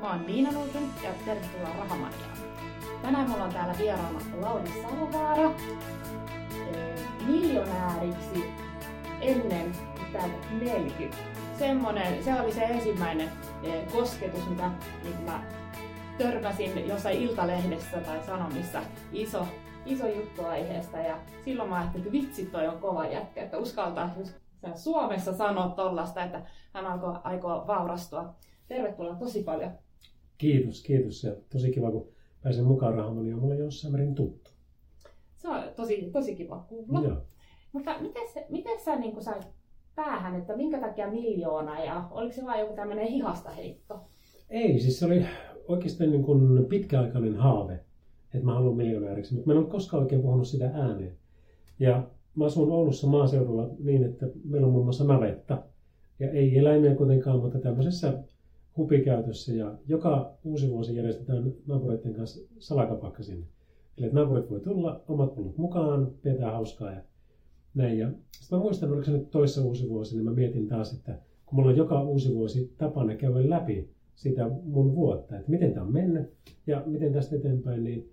Mä oon Niina Nurmen ja tervetuloa Rahamaniaan. Tänään mulla on täällä vieraana Lauri Salovaara, miljonääriksi ennen täältä 40. Se oli se ensimmäinen kosketus, mitä mä törmäsin jossain Iltalehdessä tai Sanomissa iso juttu aiheesta. Ja silloin mä ajattelin, että vitsi, toi on kova jätkä, että uskaltaa Suomessa sanoa tollasta, että hän aikoo vaurastua. Tervetuloa tosi paljon. Kiitos. Ja tosi kiva, kun pääsen mukaan Rahamaniaan. Mulla on jossain määrin tuttu. Se on tosi kiva kuulla. Joo. Mutta miten sä niin sait päähän, että minkä takia 1 000 000 ja oliko se vain joku tämmöinen hihastaheitto? Ei, siis se oli oikeastaan niin kuin pitkäaikainen haave, että mä haluan miljonääriksi, mutta mä en ole koskaan oikein puhunut sitä ääneen. Ja mä asun Oulussa maaseudulla niin, että meillä on muun muassa navetta. Ja ei eläimiä kuitenkaan, mutta tämmöisessä hupikäytössä. Ja joka uusi vuosi järjestetään naapureiden kanssa salakapakka sinne. Eli että naapurit voi tulla, omat pullot mukaan, pidetään hauskaa ja näin. Ja sitten mä muistan, oliko se nyt toissa uusi vuosi, niin mä mietin taas, että kun mulla on joka uusi vuosi tapana käydä läpi sitä mun vuotta, että miten tämä on mennyt ja miten tästä eteenpäin, niin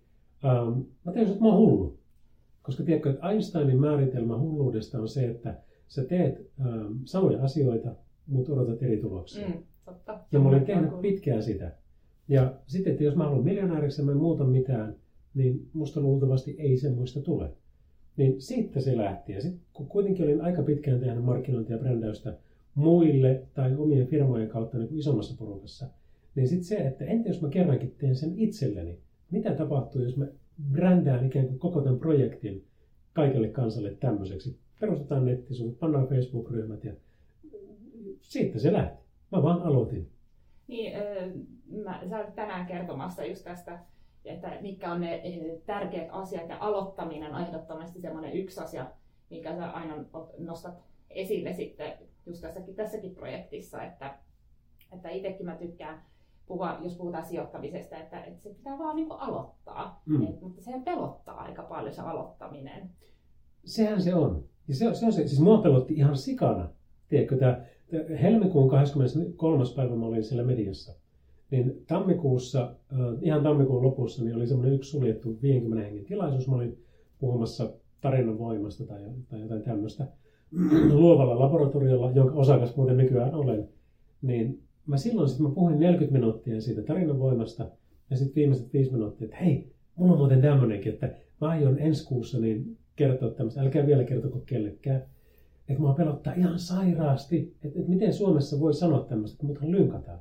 mä tajusin, että mä oon hullu. Koska tiedätkö, että Einsteinin määritelmä hulluudesta on se, että sä teet samoja asioita, mutta odotat eri tuloksia. Totta. Ja mä olin tehnyt pitkään sitä. Ja sitten, että jos mä haluan miljonääriksi ja mä en muuta mitään, niin musta luultavasti ei semmoista tule. Niin siitä se lähti. Ja sitten kun kuitenkin olin aika pitkään tehnyt markkinointia ja brändäystä muille tai omien firmojen kautta niin kuin isommassa porukassa, niin sitten se, että entä jos mä kerrankin teen sen itselleni, mitä tapahtuu, jos mä brändään ikään kuin koko tämän projektin kaikelle kansalle tämmöiseksi. Perustetaan nettisivut, pannaan Facebook-ryhmät ja siitä se lähti. Mä vaan aloitin. Niin, sä olet tänään kertomassa just tästä, että mitkä on ne tärkeät asiat ja aloittaminen on ehdottomasti semmoinen yksi asia, minkä sä aina nostat esille sitten just tässäkin projektissa, että itsekin mä tykkään puhua, jos puhutaan sijoittamisesta, että se pitää vaan niin kuin aloittaa, mutta se pelottaa aika paljon se aloittaminen. Sehän se on. Ja se on se. Siis mua pelotti ihan sikana. Tiedätkö, tämä helmikuun 23. päivä mä olin siellä mediassa. Niin tammikuussa, ihan tammikuun lopussa, niin oli semmoinen yksi suljettu 50 hengen tilaisuus. Mä olin puhumassa tarinan voimasta tai jotain tämmöistä luovalla laboratoriolla, jonka osakas muuten nykyään olen. Niin mä puhuin 40 minuuttia siitä tarinan voimasta ja sitten viimeiset 5 minuuttia, että hei, mulla on muuten tämmöinenkin, että mä aion ensi kuussa niin kertoa tämmöistä, älkää vielä kertoko kellekään, että mua pelottaa ihan sairaasti, että miten Suomessa voi sanoa tämmöistä, että muthan lynkataan.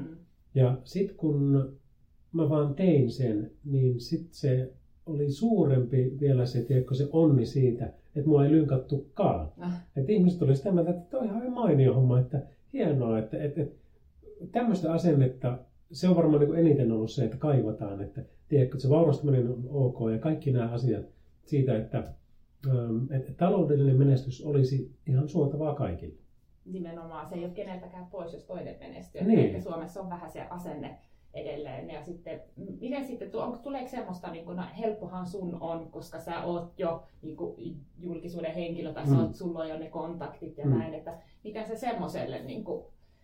Ja sitten kun mä vaan tein sen, niin sitten se oli suurempi vielä se onni siitä, että mua ei lynkattukaan. Että ihmiset oli sitä mieltä, että toi on ihan mainio homma, että hienoa, että tämmöistä asennetta, se on varmaan niin eniten ollut se, että kaivataan, että tiedätkö, että se vaurastuminen on ok ja kaikki nämä asiat siitä, että taloudellinen menestys olisi ihan suotavaa kaikille. Nimenomaan, se ei ole keneltäkään pois, jos toinen menestyy. Niin. Ehkä Suomessa on vähän se asenne edelleen. Ja sitten, miten sitten, tuleeko semmoista, niin kuin, no, helppohan sun on, koska sä oot jo niin kuin, julkisuuden henkilö tai sulla on jo ne kontaktit ja näin, että miten sä semmoiselle niin kuin,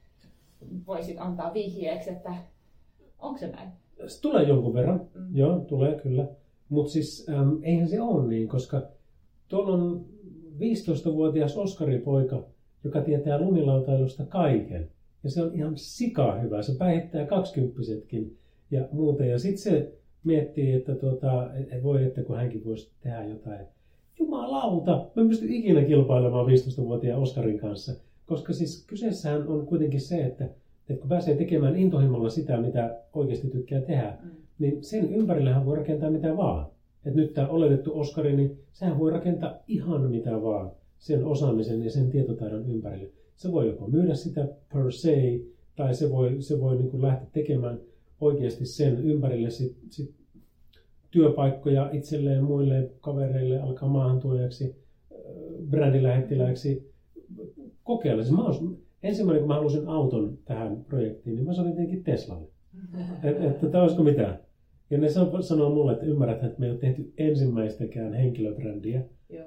voisit antaa vihjeeksi, että onko se näin? Se tulee jonkun verran, joo, tulee kyllä. Mutta siis eihän se ole niin, koska tuolla on 15-vuotias Oskari-poika, joka tietää lumilautailusta kaiken. Ja se on ihan sikaa hyvä. Se päihittää 20-vuotiaatkin ja muuta. Ja sitten se miettii, että voi, että kun hänkin voisi tehdä jotain. Jumalauta, mä en pysty ikinä kilpailemaan 15-vuotiaan Oskarin kanssa. Koska siis kyseessähän on kuitenkin se, että kun pääsee tekemään intohimolla sitä, mitä oikeasti tykkää tehdä, niin sen ympärillähän voi rakentaa mitä vaan. Että nyt tämä oletettu Oskari, niin sehän voi rakentaa ihan mitä vaan sen osaamisen ja sen tietotaidon ympärille. Se voi joko myydä sitä per se, tai se voi niin kuin lähteä tekemään oikeasti sen ympärille sit työpaikkoja itselleen, muille kavereille, alkaa maahantuojaksi, brändilähettiläiksi, kokeilla. Siis ensimmäinen, kun mä halusin auton tähän projektiin, niin mä sanoin tietenkin Teslalle. Että olisiko mitään. Ja ne sanoo mulle, että ymmärrät, että me ei ole tehty ensimmäistäkään henkilöbrändiä.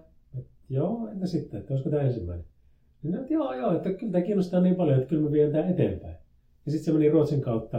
Joo, entä sitten, että olisiko tämä ensimmäinen? Niin että joo, että kyllä tämä kiinnostaa niin paljon, että kyllä me viedään tämä eteenpäin. Ja sitten se meni Ruotsin kautta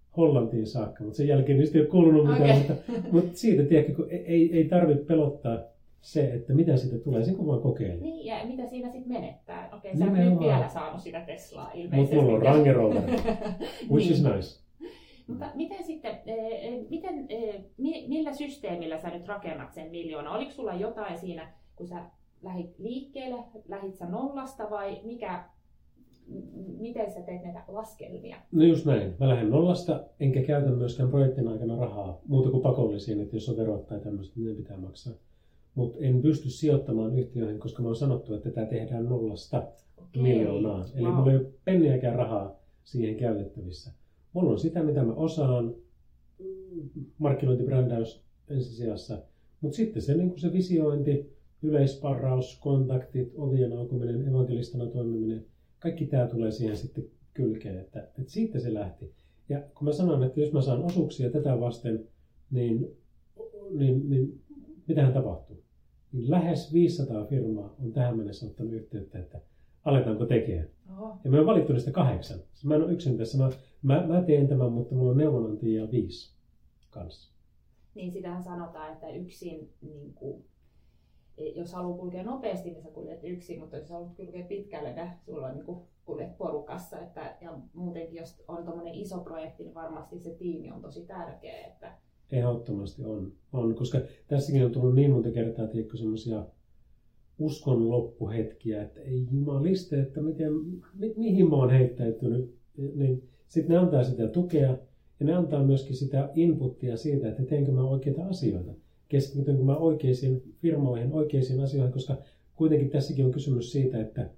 Hollantiin saakka, mutta sen jälkeen niistä ei ole kuulunut mitään. Mutta siitä, tiedätkö, kun ei tarvitse pelottaa se, että mitä siitä tulee, sen kun vaan kokeilee. Niin, ja mitä siinä sitten menettää. Okei, sä et nyt vielä saanut sitä Teslaa ilmeisesti. Mutta mulla on Range Rover, which is nice. Mutta miten sitten, millä systeemillä sä nyt rakennat sen 1 000 000? Oliko sulla jotain siinä, kun sä lähdit liikkeelle, lähdit sä nollasta vai miten sä teet näitä laskelmia? No just näin. Mä lähden nollasta, enkä käytä myöskään projektin aikana rahaa, muuta kuin pakollisiin, että jos on verot tai tämmöistä, niin ne pitää maksaa. Mutta en pysty sijoittamaan yhtiöihin, koska mä oon sanottu, että tätä tehdään 0 miljoonaa. Eli mulla ei ole penniäkään rahaa siihen käytettävissä. Mulla on sitä, mitä mä osaan, markkinointibrändäys ensisijassa, mutta sitten se, niin se visiointi, yleisparraus, kontaktit, ovien aukominen, evankelistana toimiminen, kaikki tämä tulee siihen sitten kylkeen, että siitä se lähti. Ja kun mä sanon, että jos mä saan osuuksia tätä vasten, niin mitähän tapahtuu? Niin lähes 500 firmaa on tähän mennessä ottanut yhteyttä, että aletaanko tekemään. Oho. Ja mä oon valittu niistä 8. Mä en ole yksin tässä. Mä teen tämän, mutta mulla on neuvonantajia 5 kanssa. Niin sitähän sanotaan, että yksin, niin kuin, jos haluaa kulkea nopeasti, niin sä kuljet yksin, mutta jos haluat kulkea pitkälle, niin sulla on niin kuljet porukassa. Ja muutenkin, jos on tommoinen iso projekti, niin varmasti se tiimi on tosi tärkeä. Että ehdottomasti on, koska tässäkin on tullut niin monta kertaa semmoisia uskon loppuhetkiä, että ei jumaliste, että mihin mä oon heittäytynyt. Niin sitten ne antaa sitä tukea ja ne antaa myöskin sitä inputtia siitä, että teenkö mä oikeita asioita. Keskitynkö mä oikeisiin firmoihin, oikeisiin asioihin, koska kuitenkin tässäkin on kysymys siitä, että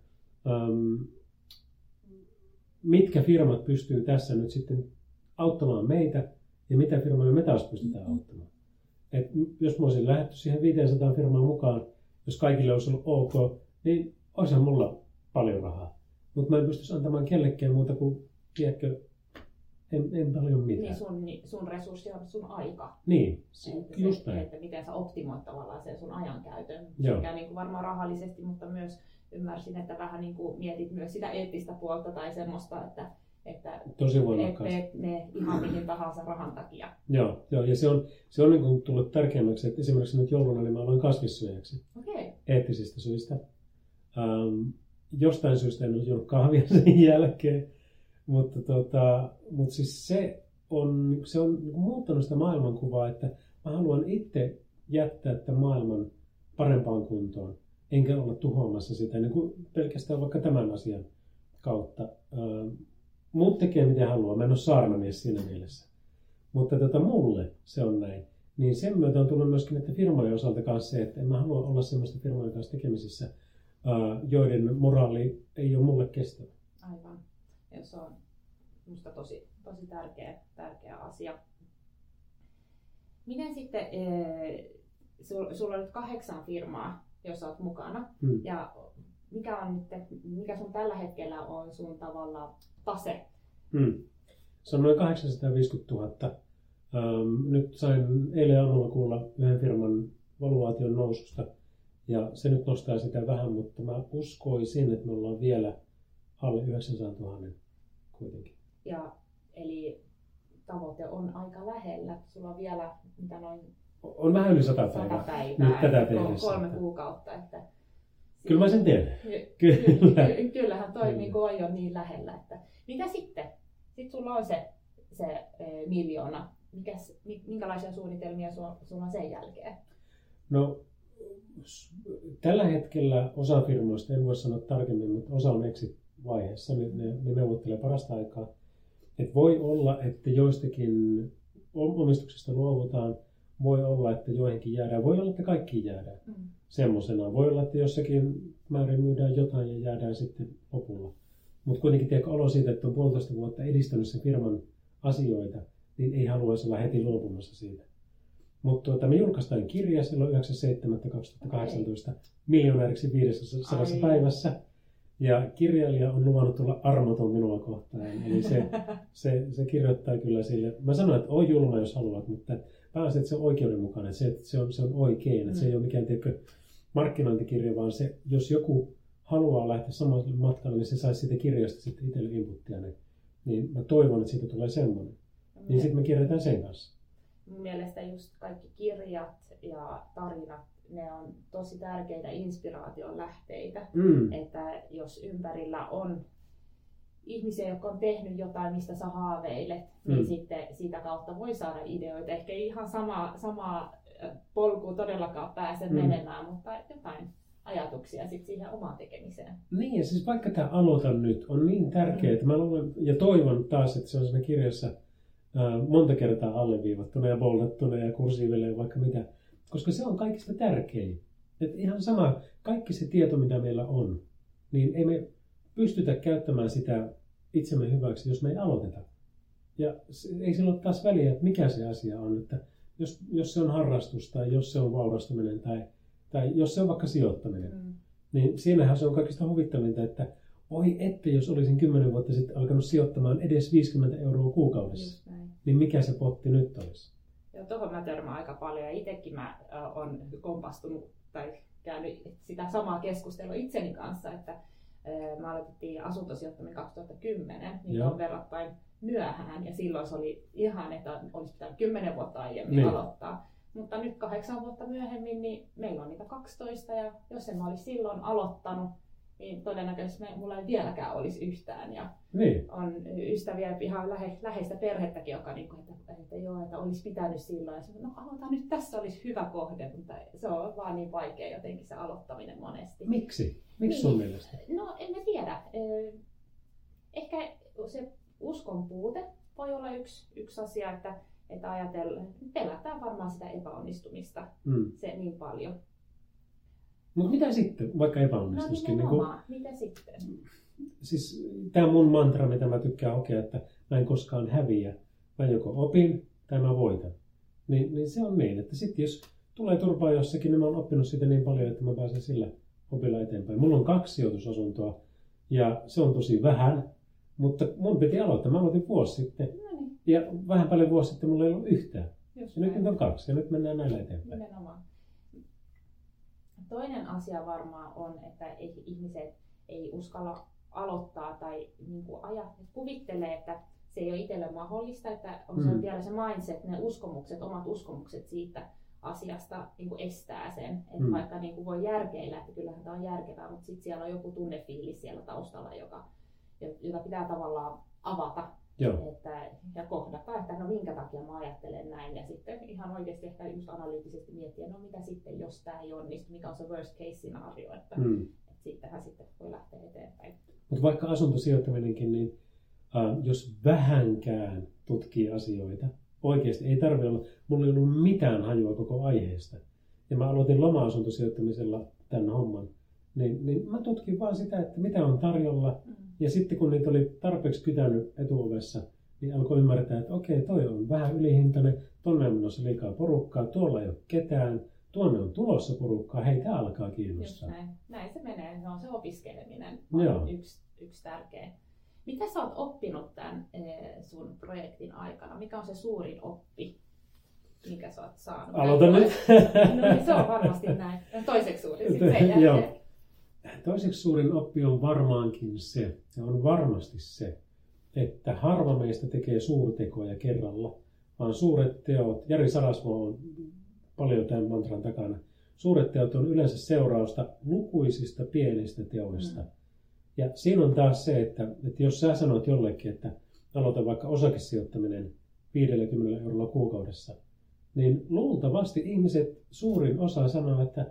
mitkä firmat pystyy tässä nyt sitten auttamaan meitä ja mitä firmoja me taas pystytään auttamaan. Et jos mä olisin lähdetty siihen 500 firmaan mukaan, jos kaikille olisi ollut ok, niin olisihan mulla paljon rahaa. Mutta mä en pystyisi antamaan kellekään muuta kuin, tiedätkö, en paljon mitään. Niin sun resurssi on sun aika. Niin, just näin. Että miten sä optimoit tavallaan sen sun ajankäytön. Sekä niin kuin varmaan rahallisesti, mutta myös ymmärsin, että vähän niin kuin mietit myös sitä eettistä puolta tai semmoista, että tosi voimakkaasti. Et ne ihan mihin tahansa rahan takia. Joo, ja se on niin kuin tullut tärkeämmäksi, että esimerkiksi nyt jouluna niin mä aloin kasvissyöjäksi. Eettisistä syistä. Jostain syystä en ole juonut kahvia sen jälkeen, mutta siis se on niin kuin muuttanut sitä maailmankuvaa, että mä haluan itse jättää tämän maailman parempaan kuntoon, enkä olla tuhoamassa sitä niin kuin pelkästään vaikka tämän asian kautta. Muut tekee mitä haluaa, mä en ole saarnamies siinä mielessä. Mutta mulle se on näin. Niin sen myötä on tullut myöskin näiden firmojen osalta kanssa se, että en mä halua olla sellaisten firmojen kanssa tekemisissä, joiden moraali ei ole mulle kestävä. Aivan. Ja se on musta tosi tärkeä asia. Miten sitten, sulla on nyt 8 firmaa, jos olet mukana. Ja mikä sun tällä hetkellä on sun tavalla tase? Se on noin 850 000. Nyt sain eilen aamulla kuulla yhden firman valuaation noususta. Ja se nyt nostaa sitä vähän, mutta mä uskoisin, että me ollaan vielä alle 900 000 kuitenkin. Ja eli tavoite on aika lähellä. Sulla on vielä noin on vähän yli 100 päivää. Nyt tätä tehdessä. 3 kuukautta. Että kyllä mä sen teen. Kyllähän toi niin on jo niin lähellä. Että mitä sitten? Sitten sulla on se 1 miljoona. Minkälaisia suunnitelmia sulla on sen jälkeen? No, tällä hetkellä osa firmoista, en voi sanoa tarkemmin, mutta osa on exit-vaiheessa. Ne neuvottelee parasta aikaa. Et voi olla, että joistakin omistuksista luovutaan. Voi olla, että joihinkin jäädään. Voi olla, että kaikkiin jäädään semmoisena. Voi olla, että jossakin määrin myydään jotain ja jäädään sitten lopulla. Mutta kuitenkin tiedätkö olo siitä, että on 1,5 vuotta edistänyt sen firman asioita, niin ei haluaisi olla heti luopumassa siitä. Mutta me julkaistaan kirja silloin 9.7.2018 miljonääriksi 500 päivässä. Ja kirjailija on luvannut tulla armoton minua kohtaan. Eli se kirjoittaa kyllä sille. Mä sanoin, että on julma jos haluat, mutta pääasia, että se on oikeudenmukainen. Se on oikein. Että se ei ole mikään markkinointikirja, vaan se, jos joku haluaa lähteä samalle matkalle, niin se saisi siitä kirjasta sitten itselle inputtia. Niin mä toivon, että siitä tulee semmoinen. Niin sitten me kierretään sen kanssa. Mun mielestä just kaikki kirjat ja tarinat, ne on tosi tärkeitä inspiraation lähteitä. Että jos ympärillä on ihmisiä, jotka on tehnyt jotain, mistä sä haaveilet, niin sitten sitä kautta voi saada ideoita. Ehkä ei ihan sama polku todellakaan pääse menemään, mutta jotain ajatuksia sitten siihen omaan tekemiseen. Niin, ja siis vaikka tämä aloita nyt on niin tärkeää, että mä luulen ja toivon taas, että se on siinä kirjassa monta kertaa alleviivattuna ja boldattuna ja kursiiville ja vaikka mitä, koska se on kaikista tärkein. Että ihan sama, kaikki se tieto, mitä meillä on, niin ei me pystytä käyttämään sitä itsemme hyväksi, jos me ei aloiteta. Ja ei sillä ole taas väliä, että mikä se asia on, että jos se on harrastus tai jos se on vaurastuminen tai jos se on vaikka sijoittaminen, niin siinähän se on kaikista huvittavinta, että jos olisin 10 vuotta sitten alkanut sijoittamaan edes 50 € kuukaudessa, niin mikä se potti nyt olisi? Joo, tuohon mä törmään aika paljon ja itsekin mä oon kompastunut tai käynyt sitä samaa keskustelua itseni kanssa, että me aloitettiin asuntosijoittaminen 2010, niin on verrattain myöhään ja silloin se oli ihan, että olisi pitänyt 10 vuotta aiemmin aloittaa. Mutta nyt 8 vuotta myöhemmin, niin meillä on niitä 12 ja jos en mä olisi silloin aloittanut, niin todennäköisesti mulla ei vieläkään olisi yhtään. Ja on ystäviä ihan läheistä perhettäkin, joka niin kuin, että olisi pitänyt silloin. Ja no aloitetaan nyt, tässä olisi hyvä kohde, mutta se on vaan niin vaikea jotenkin se aloittaminen monesti. Miksi? Miksi sun mielestä? No en mä tiedä. Ehkä se uskon puute voi olla yksi asia, että pelätään varmaan sitä epäonnistumista se niin paljon. Mutta mitä sitten, vaikka epäonnistuskin? No nimenomaan, mitä sitten? Siis tämä mun mantra, mitä mä tykkään hokea, että mä en koskaan häviä. Mä joko opin tai mä voitan. Niin se on niin, että sitten jos tulee turpaa jossakin, niin mä oon oppinut siitä niin paljon, että mä pääsen sillä opilla eteenpäin. Mulla on 2 sijoitusasuntoa ja se on tosi vähän, mutta mun piti aloittaa. Mä aloitin vuosi sitten. Ja vähän paljon vuosi sitten mulla ei ollut yhtään. Ja nyt on 2 ja nyt mennään näillä eteenpäin. Nimenomaan. Toinen asia varmaan on, että ihmiset ei uskalla aloittaa tai niin kuin kuvittelee, että se ei ole itselle mahdollista, että on se vielä se mindset, ne omat uskomukset siitä asiasta niin kuin estää sen. Että vaikka niin kuin voi järkeillä, että kyllähän tämä on järkevää, mutta sitten siellä on joku tunnefiilis siellä taustalla, jota pitää tavallaan avata. Ja kohdata, että no minkä takia mä ajattelen näin ja sitten ihan oikeasti ehkä just analyyttisesti miettiä, no mitä sitten, jos tämä ei onnistu, mikä on se worst case scenario, että sittenhän sitten voi lähteä eteenpäin. Mutta vaikka asuntosijoittaminenkin, niin jos vähänkään tutkii asioita, oikeasti ei tarvitse olla, mulla ei ollut mitään hajua koko aiheesta. Ja mä aloitin loma-asuntosijoittamisella tämän homman, niin mä tutkin vaan sitä, että mitä on tarjolla. Ja sitten kun niitä oli tarpeeksi kytänyt etuovessa, niin alkoi ymmärtää, että okei, toi on vähän ylihintainen, tonne on menossa liikaa porukkaa, tuolla ei ole ketään, tuonne on tulossa porukkaa, hei, tää alkaa kiinnostaa. Just näin se menee, se on se opiskeleminen, on yksi tärkeä. Mitä sä oot oppinut tämän sun projektin aikana? Mikä on se suurin oppi, minkä sä oot saanut? Aloita nyt. No niin, se on varmasti näin. Toiseksi suurin, sitten sen jälkeen. Toiseksi suurin oppi on varmaankin se, ja on varmasti se, että harva meistä tekee suurtekoja kerralla, vaan suuret teot, Jari Sarasvuo on paljon tämän mantran takana, suuret teot on yleensä seurausta lukuisista pienistä teoista. Ja siinä on taas se, että jos sä sanot jollekin, että aloita vaikka osakesijoittaminen 50 € kuukaudessa, niin luultavasti ihmiset, suurin osa sanoo, että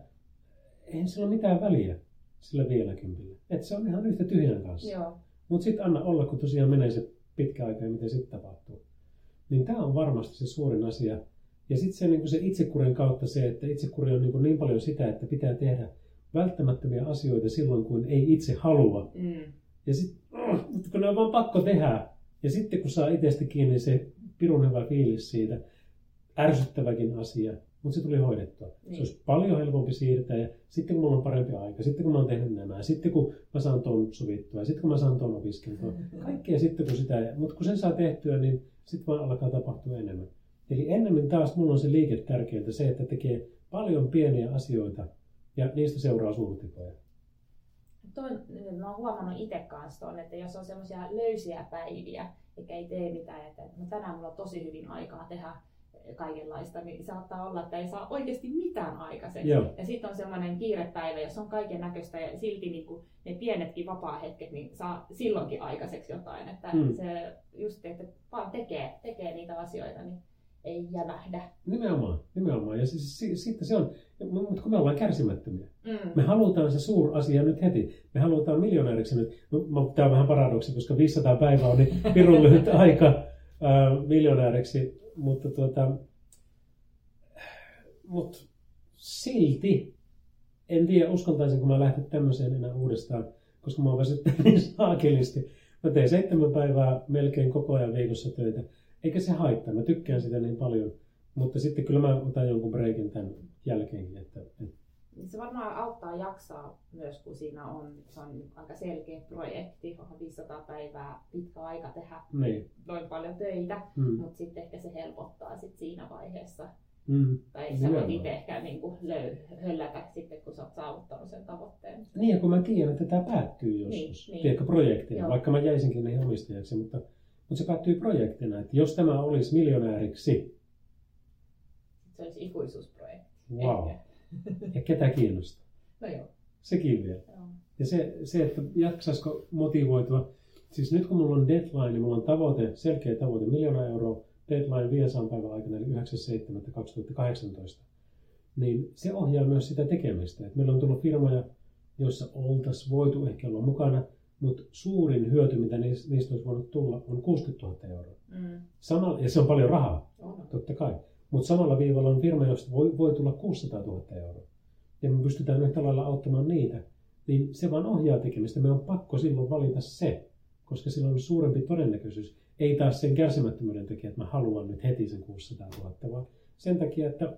ei sillä ole mitään väliä sillä 50. Että se on ihan yhtä tyhjän kanssa. Mutta sitten anna olla, kun tosiaan menee se pitkä aika ja mitä sitten tapahtuu. Niin tämä on varmasti se suurin asia. Ja sitten se, niin se itsekurin kautta se, että itsekuri on niin paljon sitä, että pitää tehdä välttämättömiä asioita silloin, kun ei itse halua. Ja sitten, mutta kun ne on vaan pakko tehdä. Ja sitten kun saa itsestä kiinni se pirun hyvä fiilis siitä, ärsyttäväkin asia, mutta se tuli hoidettua. Se olisi paljon helpompi siirtää ja sitten kun mulla on parempi aika, sitten kun mä oon tehnyt nämä, sitten kun mä saan ton sovittua, sitten kun mä saan ton opiskeltua, kaikkea sitten kun sitä, mutta kun sen saa tehtyä, niin sitten vaan alkaa tapahtua enemmän. Eli ennemmin taas mulla on se liike tärkeintä se, että tekee paljon pieniä asioita ja niistä seuraa suurtekoja. Mä oon huomannut itse kanssa ton, että jos on semmoisia löysiä päiviä, eikä ei tee mitään, että no tänään mulla on tosi hyvin aikaa tehdä kaikenlaista, niin saattaa olla, että ei saa oikeasti mitään aikaiseksi. Joo. Ja sitten on semmoinen kiirepäivä, jos on kaiken näköistä ja silti niin kuin ne pienetkin vapaa-hetket, niin saa silloinkin aikaiseksi jotain. Että se just, että vaan tekee niitä asioita, niin ei jämähdä. Nimenomaan. Ja sitten se on, mutta kun me ollaan kärsimättömiä. Me halutaan se suurasia nyt heti. Me halutaan miljonääriksi nyt. No, tämä on vähän paradoksi, koska 500 päivää on niin pirun lyhyt aika miljonääriksi. Mutta silti en tiedä, uskaltaisinko mä lähteä tämmöiseen enää uudestaan, koska mä oon väsyttänyt niin saakelisti. Mä teen 7 päivää melkein koko ajan viikossa töitä. Eikä se haittaa, mä tykkään sitä niin paljon, mutta sitten kyllä mä otan jonkun breikin tämän jälkeenkin. Se varmaan auttaa jaksaa myös, kun se on aika selkeä projekti, on 500 päivää pitkä aika tehdä noin paljon töitä, mutta sitten ehkä se helpottaa sit siinä vaiheessa. Tai sä voit itse ehkä niinku höllätä sitten, kun sä oot saavuttanut sen tavoitteen. Niin, ja kun mä tiedän, että tämä päättyy joskus, tiedätkö, projektina, vaikka mä jäisinkin niihin omistajaksi, mutta se päättyy projektina, että jos tämä olisi miljonääriksi. Se olisi ikuisuusprojekti. Wow. Ja ketä kiinnostaa? No joo. Sekin vielä. Joo. Ja se, että jaksaisiko motivoitua. Siis nyt kun mulla on deadline, niin mulla on selkeä tavoite, 1 000 000 euroa, deadline 500 päivän aikana, eli 9.7.2018. Niin se ohjaa myös sitä tekemistä. Et meillä on tullut firmoja, joissa oltaisiin voitu ehkä olla mukana, mutta suurin hyöty, mitä niistä olisi voinut tulla, on 60 000 euroa. Ja se on paljon rahaa, totta kai. Mutta samalla viivalla on firma, josta voi tulla 600 000 euroa. Ja me pystytään yhtä lailla auttamaan niitä. Niin se vaan ohjaa tekemistä. Me on pakko silloin valita se, koska sillä on suurempi todennäköisyys. Ei taas sen kärsimättömyyden takia, että mä haluan nyt heti sen 600 000, vaan sen takia, että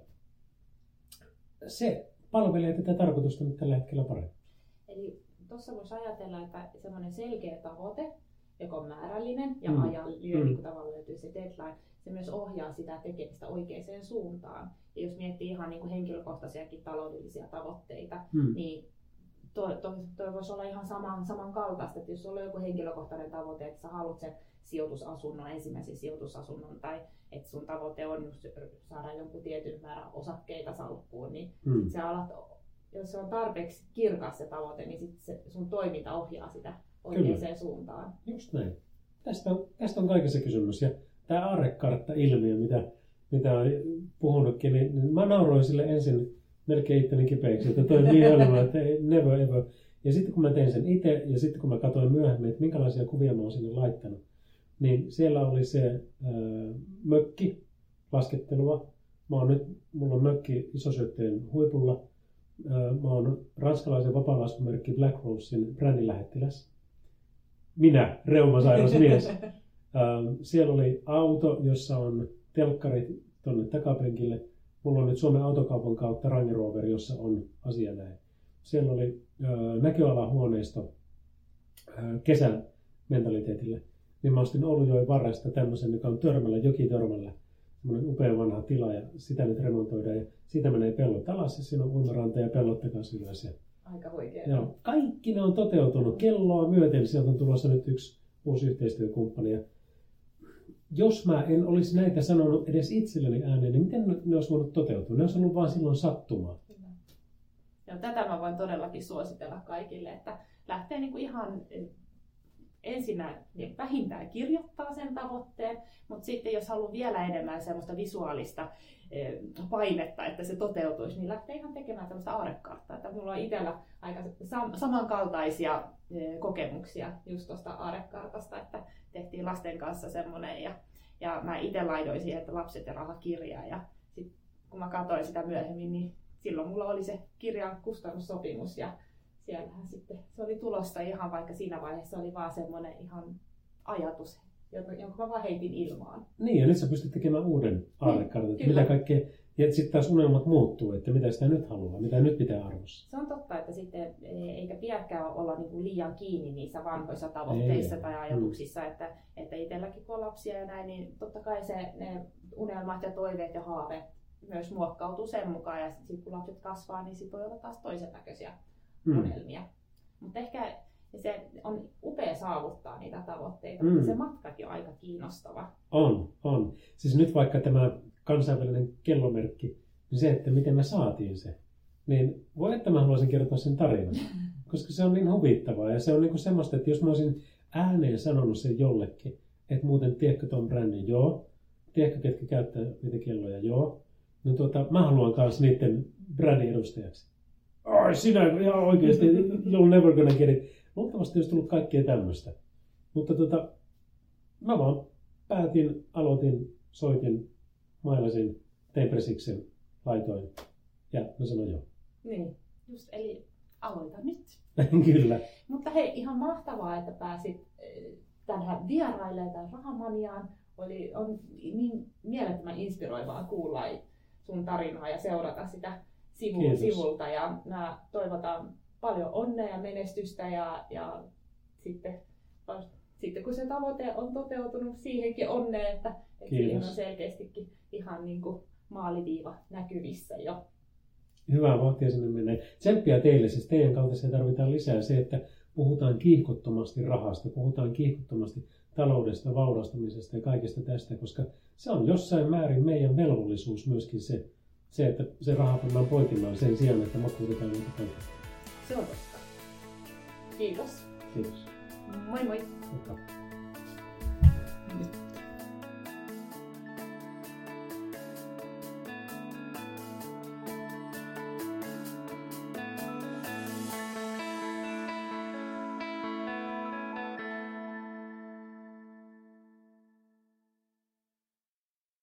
se palvelee tätä tarkoitusta nyt tällä hetkellä paremmin. Eli tuossa voisi ajatella, että semmoinen selkeä tavoite, joka on määrällinen ja ajan lyö, kun tavallaan löytyy se deadline, se myös ohjaa sitä tekemistä oikeaan suuntaan. Ja jos miettii ihan niin kuin henkilökohtaisiakin taloudellisia tavoitteita, niin toi voisi olla ihan samankaltaista, että jos sulla on joku henkilökohtainen tavoite, että sä haluat sen ensimmäisen sijoitusasunnon, tai että sun tavoite on just saada jonkun tietyn määrän osakkeita salkkuun, niin sit sä alat, jos se on tarpeeksi kirkas se tavoite, niin sit se sun toiminta ohjaa sitä oikeaan suuntaan. Just näin. Tästä on kaikessa kysymys. Ja tämä aarrekartta-ilmiö, mitä olen puhunutkin, niin mä nauroin sille ensin melkein itteni kipeäksi, että toi niin hölmö, että never ever. Ja sitten kun mä tein sen itse ja sitten kun mä katsoin myöhemmin, että minkälaisia kuvia mä oon sinne laittanut, niin siellä oli se mökki, laskettelua. Mulla on mökki Isosyötteen huipulla. Mä oon ranskalaisen vapaalaskumerkki Black Rosein brändilähettiläs. Minä, reumasairas mies. Siellä oli auto, jossa on telkkarit tuonne takapenkille. Mulla on nyt Suomen autokaupan kautta Range Rover, jossa on asia näin. Siellä oli näköalahuoneisto kesän mentaliteetille. Niin mä ostin Oulujoen varresta tämmöisen, joka on jokitörmällä. Semmoinen upea vanha tila ja sitä nyt remontoidaan. Ja siitä menee pellot alas ja siinä on uimaranta ja pellot takaisin ylös. Aika huikea. Joo, kaikki ne on toteutunut. Kelloa myöten sieltä on tulossa nyt yksi uusi yhteistyökumppani. Ja jos mä en olisi näitä sanonut edes itselleni ääneen, niin miten ne olisi voinut toteutua? Ne olisi ollut vaan silloin sattumaa. Ja tätä mä voin todellakin suositella kaikille, että lähtee niinku ihan ensinnä vähintään kirjoittaa sen tavoitteen, mutta sitten jos haluaa vielä enemmän semmoista visuaalista painetta, että se toteutuisi, niin lähtee ihan tekemään tämmöistä aarrekarttaa. Että mulla on itsellä aika samankaltaisia kokemuksia just tuosta aarrekartasta, että tehtiin lasten kanssa semmoinen ja mä itse laidoin siihen, että lapset ja rahakirjaa ja sit, kun mä katsoin sitä myöhemmin, niin silloin mulla oli se kirjan kustannussopimus ja siellähän sitten se oli tulosta ihan, vaikka siinä vaiheessa oli vaan semmoinen ihan ajatus, jonka mä vaan heitin ilmaan. Niin, ja nyt sä pystyt tekemään uuden aarrekartan, että mitä kaikkea, ja sitten taas unelmat muuttuu, että mitä sitä nyt haluaa, mitä nyt pitää arvossa. Se on totta, että sitten eikä pidäkään olla niinku liian kiinni niissä vanhoissa tavoitteissa tai ajatuksissa, että itselläkin kun on lapsia ja näin, niin totta kai ne unelmat ja toiveet ja haaveet myös muokkautuu sen mukaan, ja sitten kun lapset kasvaa, niin sitten voi olla taas toisen näköisiä unelmia. Mutta ehkä se on upea saavuttaa niitä tavoitteita, mutta se matkakin on aika kiinnostava. On. Siis nyt vaikka tämä kansainvälinen kellomerkki, niin se, että miten me saatiin se, niin voi että mä haluaisin kertoa sen tarinan, koska se on niin huvittavaa ja se on niin kuin semmoista, että jos mä olisin ääneen sanonut sen jollekin, että muuten tiedätkö ton brändin, joo, tiedätkö ketkä käyttää niitä kelloja, joo, no mä haluan kanssa niiden brändin edustajaksi. Ai sinä, ihan oikeasti, you're never gonna get it. Luultavasti olisi tullut kaikkea tämmöistä. Mutta mä vaan päätin, aloitin, soitin, mailasin, tein presiksen, laitoin ja mä sanoin joo. Niin, just eli aloita nyt. Kyllä. Mutta hei, ihan mahtavaa, että pääsit tähän vierailemaan tämän Rahamaniaan. On niin mielettömän inspiroivaa kuulla sun tarinaa ja seurata sitä sivulta. Ja mä toivotan paljon onnea ja menestystä ja sitten kun se tavoite on toteutunut, siihenkin onnea, että siihen on selkeästikin ihan niin kuin maaliviiva näkyvissä jo. Hyvää vauhtia sinne mennään. Tsemppiä teille, siis teidän kaltaisia tarvitaan lisää se, että puhutaan kiihkottomasti rahasta, puhutaan kiihkottomasti taloudesta, vaurastamisesta ja kaikesta tästä, koska se on jossain määrin meidän velvollisuus myöskin se että se raha pannaan poikimaan sen sijaan, että makuutetaan niitä kaikkea. Se on totta. Kiitos. Kiitos. Moi moi. Moikka.